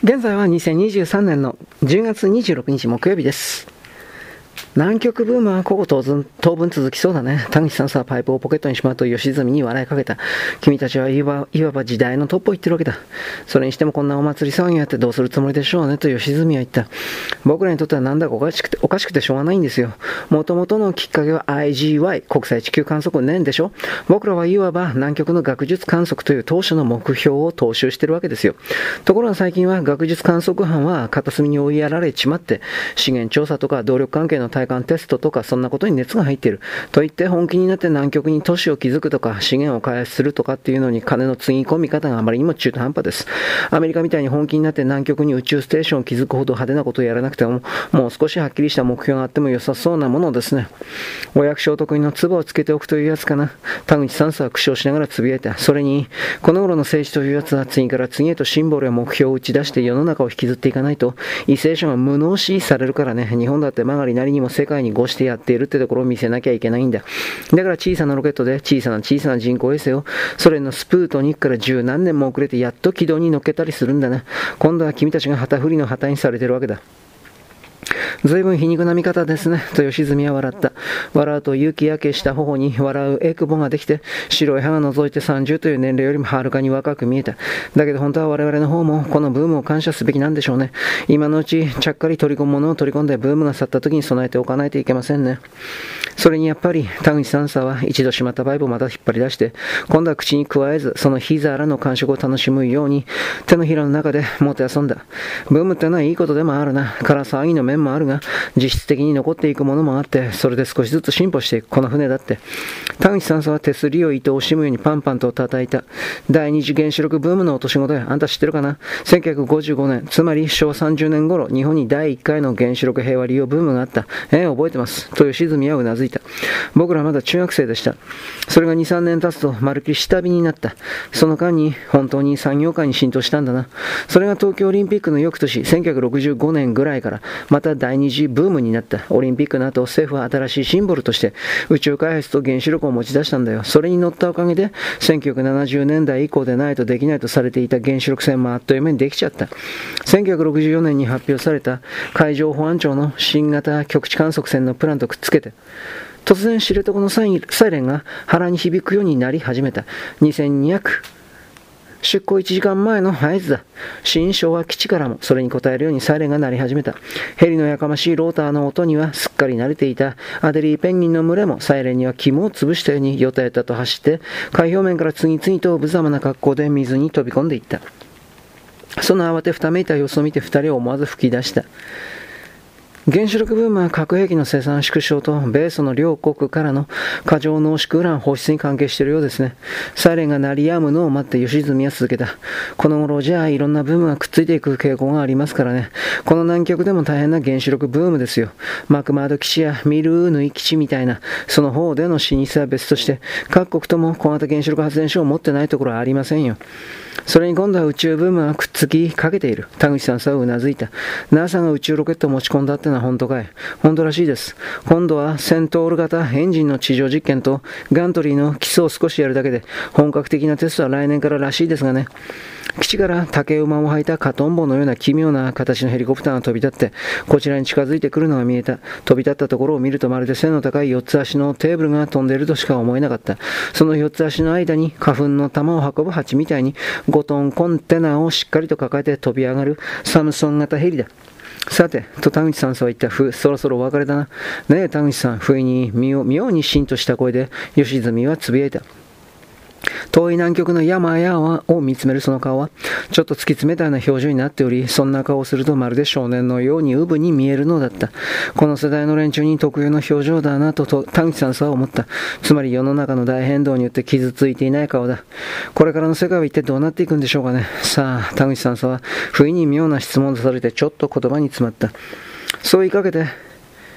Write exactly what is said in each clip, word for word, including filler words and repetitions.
現在はにせんにじゅうさんねんのじゅうがつにじゅうろくにち木曜日です。南極ブームはここ当分、当分続きそうだね。田口さんさ、パイプをポケットにしまうと吉住に笑いかけた。君たちはいわいわば時代のトップを言ってるわけだ。それにしてもこんなお祭り騒ぎやってどうするつもりでしょうねと吉住は言った。僕らにとってはなんだかおかしくておかしくてしょうがないんですよ。もともとのきっかけは アイジーワイ 国際地球観測年でしょ。僕らはいわば南極の学術観測という当初の目標を踏襲してるわけですよ。ところが最近は学術観測班は片隅に追いやられちまって資源調査とか動力関係の体感テストとかそんなことに熱が入っていると言って本気になって南極に都市を築くとか資源を開発するとかっていうのに金のつぎ込み方があまりにも中途半端です。アメリカみたいに本気になって南極に宇宙ステーションを築くほど派手なことをやらなくてももう少しはっきりした目標があっても良さそうなものですね。お役所得意の唾をつけておくというやつかな。田口さんさは苦笑しながらつぶやいた。それにこの頃の政治というやつは次から次へとシンボルや目標を打ち出して世の中を引きずっていかないと為政者が無能視されるからね。日本だって曲がりなりにも世界にごしてやっているってところを見せなきゃいけないんだ。だから小さなロケットで小さな小さな人工衛星をソ連のスプートニクから十何年も遅れてやっと軌道に乗っけたりするんだな。今度は君たちが旗振りの旗にされてるわけだ。ずいぶん皮肉な見方ですね、と吉住は笑った。笑うと雪焼けした頬に笑うエクボができて、白い歯が覗いてさんじゅうという年齢よりもはるかに若く見えた。だけど本当は我々の方もこのブームを感謝すべきなんでしょうね。今のうちちゃっかり取り込むものを取り込んでブームが去った時に備えておかないといけませんね。それにやっぱり田口さんさは一度しまったパイプをまた引っ張り出して、今度は口に加えずその膝らの感触を楽しむように手のひらの中でもてあそんだ。ブームってのはいいことでもあるな。から騒ぎの面もあるが実質的に残っていくものもあって、それで少しずつ進歩していくこの船だって。田口さんは手すりを糸を惜しむようにパンパンと叩いた。第二次原子力ブームの落とし子だよ。あんた知ってるかな。せんきゅうひゃくごじゅうごねん、つまりしょうわさんじゅうねん頃、日本にだいいっかいの原子力平和利用ブームがあった。ええ、覚えてます。と吉住はうなずいた。僕らまだ中学生でした。それがにさんねん経つとまるっきり下火になった。その間に本当に産業界に浸透したんだな。それが東京オリンピックの翌年せんきゅうひゃくろくじゅうごねんぐらいからまた第二次ブームになった。オリンピックの後政府は新しいシンボルとして宇宙開発と原子力を持ち出したんだよ。それに乗ったおかげでせんきゅうひゃくななじゅうねんだい以降でないとできないとされていた原子力船もあっという間にできちゃった。せんきゅうひゃくろくじゅうよねんに発表された海上保安庁の新型局地観測船のプランとくっつけて突然知床のサイレンが腹に響くようになり始めた。にせんにひゃく出港いちじかんまえの合図だ。新昭和基地からもそれに応えるようにサイレンが鳴り始めた。ヘリのやかましいローターの音にはすっかり慣れていたアデリーペンギンの群れもサイレンには肝を潰したようによたよたと走って海表面から次々と無様な格好で水に飛び込んでいった。その慌てふためいた様子を見て二人は思わず吹き出した。原子力ブームは核兵器の生産縮小と米ソの両国からの過剰濃縮ウラン放出に関係しているようですね。サイレンが鳴り止むのを待って吉住は続けた。この頃じゃあいろんなブームがくっついていく傾向がありますからね。この南極でも大変な原子力ブームですよ。マクマード基地やミルーヌイ基地みたいなその方での老舗は別として各国とも小型原子力発電所を持ってないところはありませんよ。それに今度は宇宙ブームがくっつきかけている。田口さんさはうなずいた。 ナサ が宇宙ロケットを持ち込んだってのは本当かい。本当らしいです。今度はセントール型エンジンの地上実験とガントリーの基礎を少しやるだけで本格的なテストは来年かららしいですがね。基地から竹馬を履いたカトンボのような奇妙な形のヘリコプターが飛び立ってこちらに近づいてくるのが見えた。飛び立ったところを見るとまるで背の高いよっつ足のテーブルが飛んでいるとしか思えなかった。そのよっつ足の間に花粉の玉を運ぶ蜂みたいにごトンコンテナをしっかりと抱えて飛び上がるサムソン型ヘリだ。さて、と田口さんは言った。ふ、そろそろお別れだな。ねえ田口さん、不意に妙にしんとした声で吉住はつぶやいた。遠い南極の山々を見つめるその顔はちょっと突き詰めたような表情になっており、そんな顔をするとまるで少年のようにうぶに見えるのだった。この世代の連中に特有の表情だなとと田口さんは思った。つまり世の中の大変動によって傷ついていない顔だ。これからの世界は一体どうなっていくんでしょうかね。さあ田口さんは不意に妙な質問をされてちょっと言葉に詰まった。そう言いかけて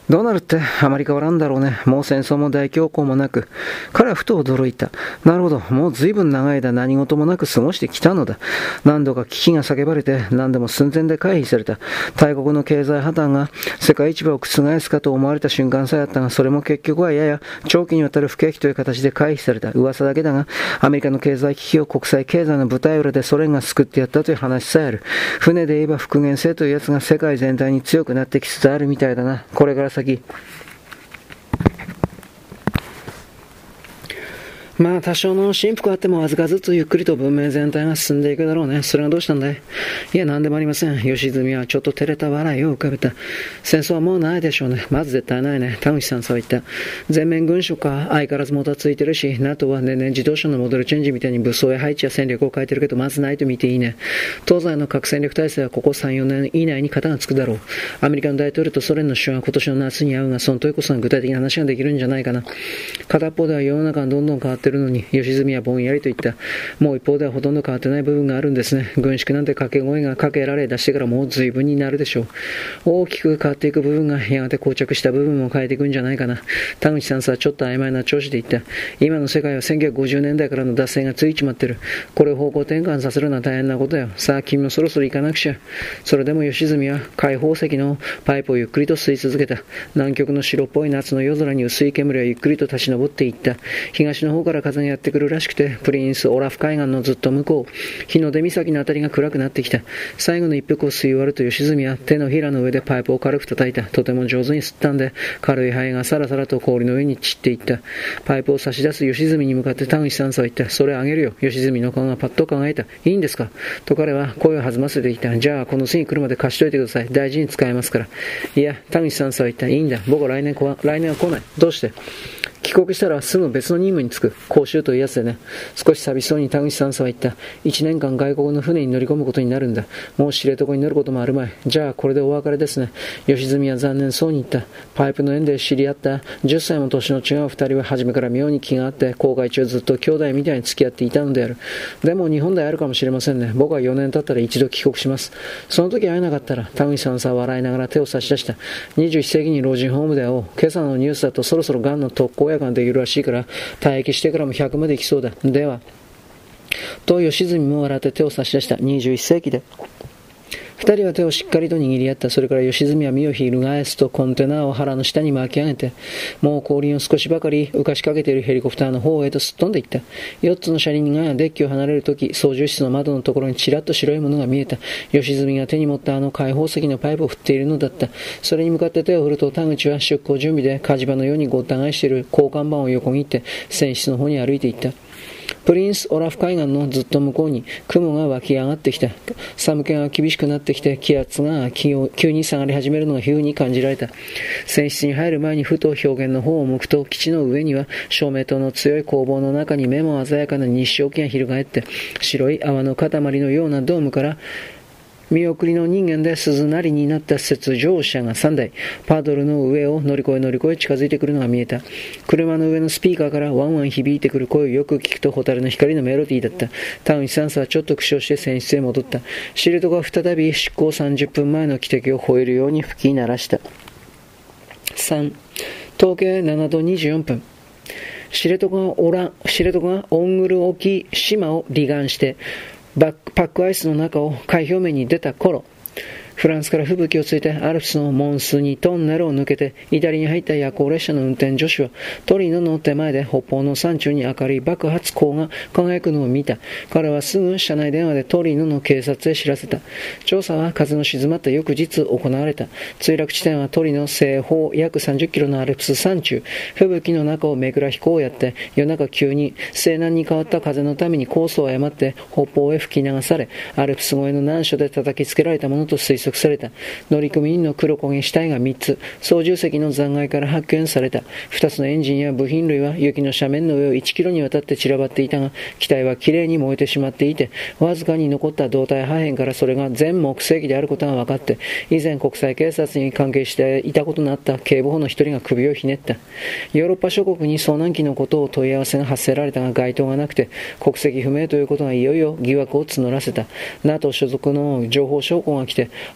どうなるってあまり変わらんだろうね。もう戦争も大恐慌もなく。彼はふと驚いた。なるほど、もう随分長い間何事もなく過ごしてきたのだ。何度か危機が叫ばれて、何でも寸前で回避された。大国の経済破綻が世界市場を覆すかと思われた瞬間さえあったが、それも結局はやや長期にわたる不景気という形で回避された。噂だけだが、アメリカの経済危機を国際経済の舞台裏でソ連が救ってやったという話さえある。船で言えば復元性というやつが世界全体に強くなってきつつあるみたいだな。これから先まあ多少の進歩があってもわずかずつゆっくりと文明全体が進んでいくだろうね。それがどうしたんだい？いや何でもありません。吉住はちょっと照れた笑いを浮かべた。戦争はもうないでしょうね。まず絶対ないね。田口さんそう言った。全面軍縮か相変わらずもたついてるし、NATO は年々自動車のモデルチェンジみたいに武装や配置や戦略を変えてるけど、まずないと見ていいね。東西の核戦略体制はここさん、よねん以内に型がつくだろう。アメリカの大統領とソ連の首相は今年の夏に会うが、その時こそ具体的な話ができるんじゃないかな。片方では世の中がどんどん変わってるのに、吉住はぼんやりと言った。もう一方ではほとんど変わってない部分があるんですね。軍縮なんて掛け声がかけられ出してからもう随分になるでしょう。大きく変わっていく部分がやがて膠着した部分も変えていくんじゃないかな。田口さんさ、ちょっと曖昧な調子で言った。今の世界はせんきゅうひゃくごじゅうねんだいからの脱線がついちまってる。これを方向転換させるのは大変なことだよ。さあ君もそろそろ行かなくちゃ。それでも吉住は開放石のパイプをゆっくりと吸い続けた。南極の白っぽい夏の夜空に薄い煙はゆっくりと立ち上っていった。東の方から風がやってくるらしくて、プリンスオラフ海岸のずっと向こう、日の出岬のあたりが暗くなってきた。最後の一服を吸い終わると吉住は手のひらの上でパイプを軽く叩いた。とても上手に吸ったんで、軽い灰がさらさらと氷の上に散っていった。パイプを差し出す吉住に向かって田口さんさは言った。それあげるよ。吉住の顔がパッと考えた。いいんですかと彼は声を弾ませていた。じゃあこの次来るまで貸しといてください。大事に使えますから。いや、田口さんさは言った。いいんだ。僕は来年こ来年は来ない。どうして帰国したらすぐ別の任務に就く。講習というやつでね。少し寂しそうに田口さんさは言った。一年間外国の船に乗り込むことになるんだ。もう知床に乗ることもあるまい。じゃあこれでお別れですね。吉住は残念そうに言った。パイプの縁で知り合ったじゅっさいも年の違う二人は初めから妙に気があって、航海中ずっと兄弟みたいに付き合っていたのである。でも日本であるかもしれませんね。僕はよねん経ったら一度帰国します。その時会えなかったら、田口さんさは笑いながら手を差し出した。にじゅういっせいきに老人ホームで会おう。今朝のニュースだとそろそろがんの特効薬ができるらしいから、退役してからもひゃくまで行きそうだ。ではと吉住も笑って手を差し出した。にじゅういっせいきで二人は手をしっかりと握り合った。それから吉住は身を翻すとコンテナを腹の下に巻き上げて、もう後輪を少しばかり浮かしかけているヘリコプターの方へとすっ飛んでいった。四つの車輪がデッキを離れるとき、操縦室の窓のところにちらっと白いものが見えた。吉住が手に持ったあの開放石のパイプを振っているのだった。それに向かって手を振ると、田口は出航準備で火事場のようにごった返している交換板を横切って船室の方に歩いていった。プリンスオラフ海岸のずっと向こうに雲が湧き上がってきた。寒気が厳しくなってきて、気圧が急に下がり始めるのが皮膚に感じられた。船室に入る前にふと表現の方を向くと、基地の上には照明灯の強い光芒の中に目も鮮やかな日照機が翻って、白い泡の塊のようなドームから見送りの人間で鈴なりになった雪上車がさんだい、パドルの上を乗り越え乗り越え近づいてくるのが見えた。車の上のスピーカーからワンワン響いてくる声をよく聞くと、蛍の光のメロディーだった。田口さんさはちょっと苦笑して船室へ戻った。知床は再び出港さんじゅっぷんまえの汽笛を吠えるように吹き鳴らした。さん、東経ななどにじゅうよんぷん。知床がオラ知床がオングル沖島を離岸してバックパックアイスの中を海表面に出た頃、フランスから吹雪をついてアルプスのモンスニトンネルを抜けてイタリアに入った夜行列車の運転助手はトリノの手前で北方の山中に明るい爆発光が輝くのを見た。彼はすぐ車内電話でトリノの警察へ知らせた。調査は風の静まった翌日行われた。墜落地点はトリノ西方約さんじゅっキロのアルプス山中。吹雪の中をめぐら飛行をやって夜中急に西南に変わった風のためにコースを誤って北方へ吹き流され、アルプス越えの難所で叩きつけられたものと推測された。乗組員の黒焦げ死体がみっつ、操縦席の残骸から発見された。ふたつのエンジンや部品類は雪の斜面の上をいちキロにわたって散らばっていたが、機体はきれいに燃えてしまっていて、わずかに残った胴体破片からそれが全木製機であることが分かって、以前国際警察に関係していたことのあった警部補の一人が首をひねった。ヨーロッパ諸国に遭難機のことを問い合わせが発せられたが該当がなくて、国籍不明ということがいよいよ疑惑を募らせた。ナトー 所属の情報将校が来て、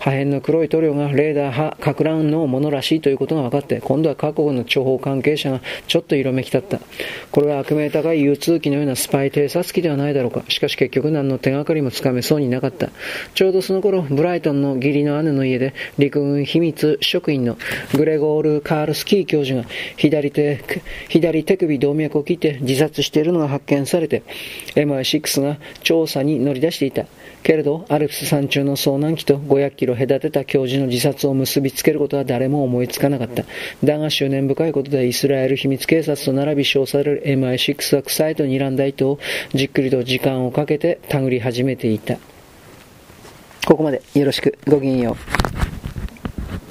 破片の黒い塗料がレーダー波撹乱のものらしいということが分かって、今度は各国の諜報関係者がちょっと色めき立った。これは悪名高い ユーツー 機のようなスパイ偵察機ではないだろうか。しかし結局何の手がかりもつかめそうになかった。ちょうどその頃、ブライトンの義理の姉の家で陸軍秘密職員のグレゴール・カールスキー教授が左手、左手首動脈を切って自殺しているのが発見されて、エムアイシックス が調査に乗り出していた。けれど、アルプス山中の遭難機とごひゃくキロ隔てた教授の自殺を結びつけることは誰も思いつかなかった。だが執念深いことでイスラエル秘密警察と並び称される エムアイシックス は臭いと睨んだ糸をじっくりと時間をかけて手繰り始めていた。ここまでよろしく。ごきげんよう。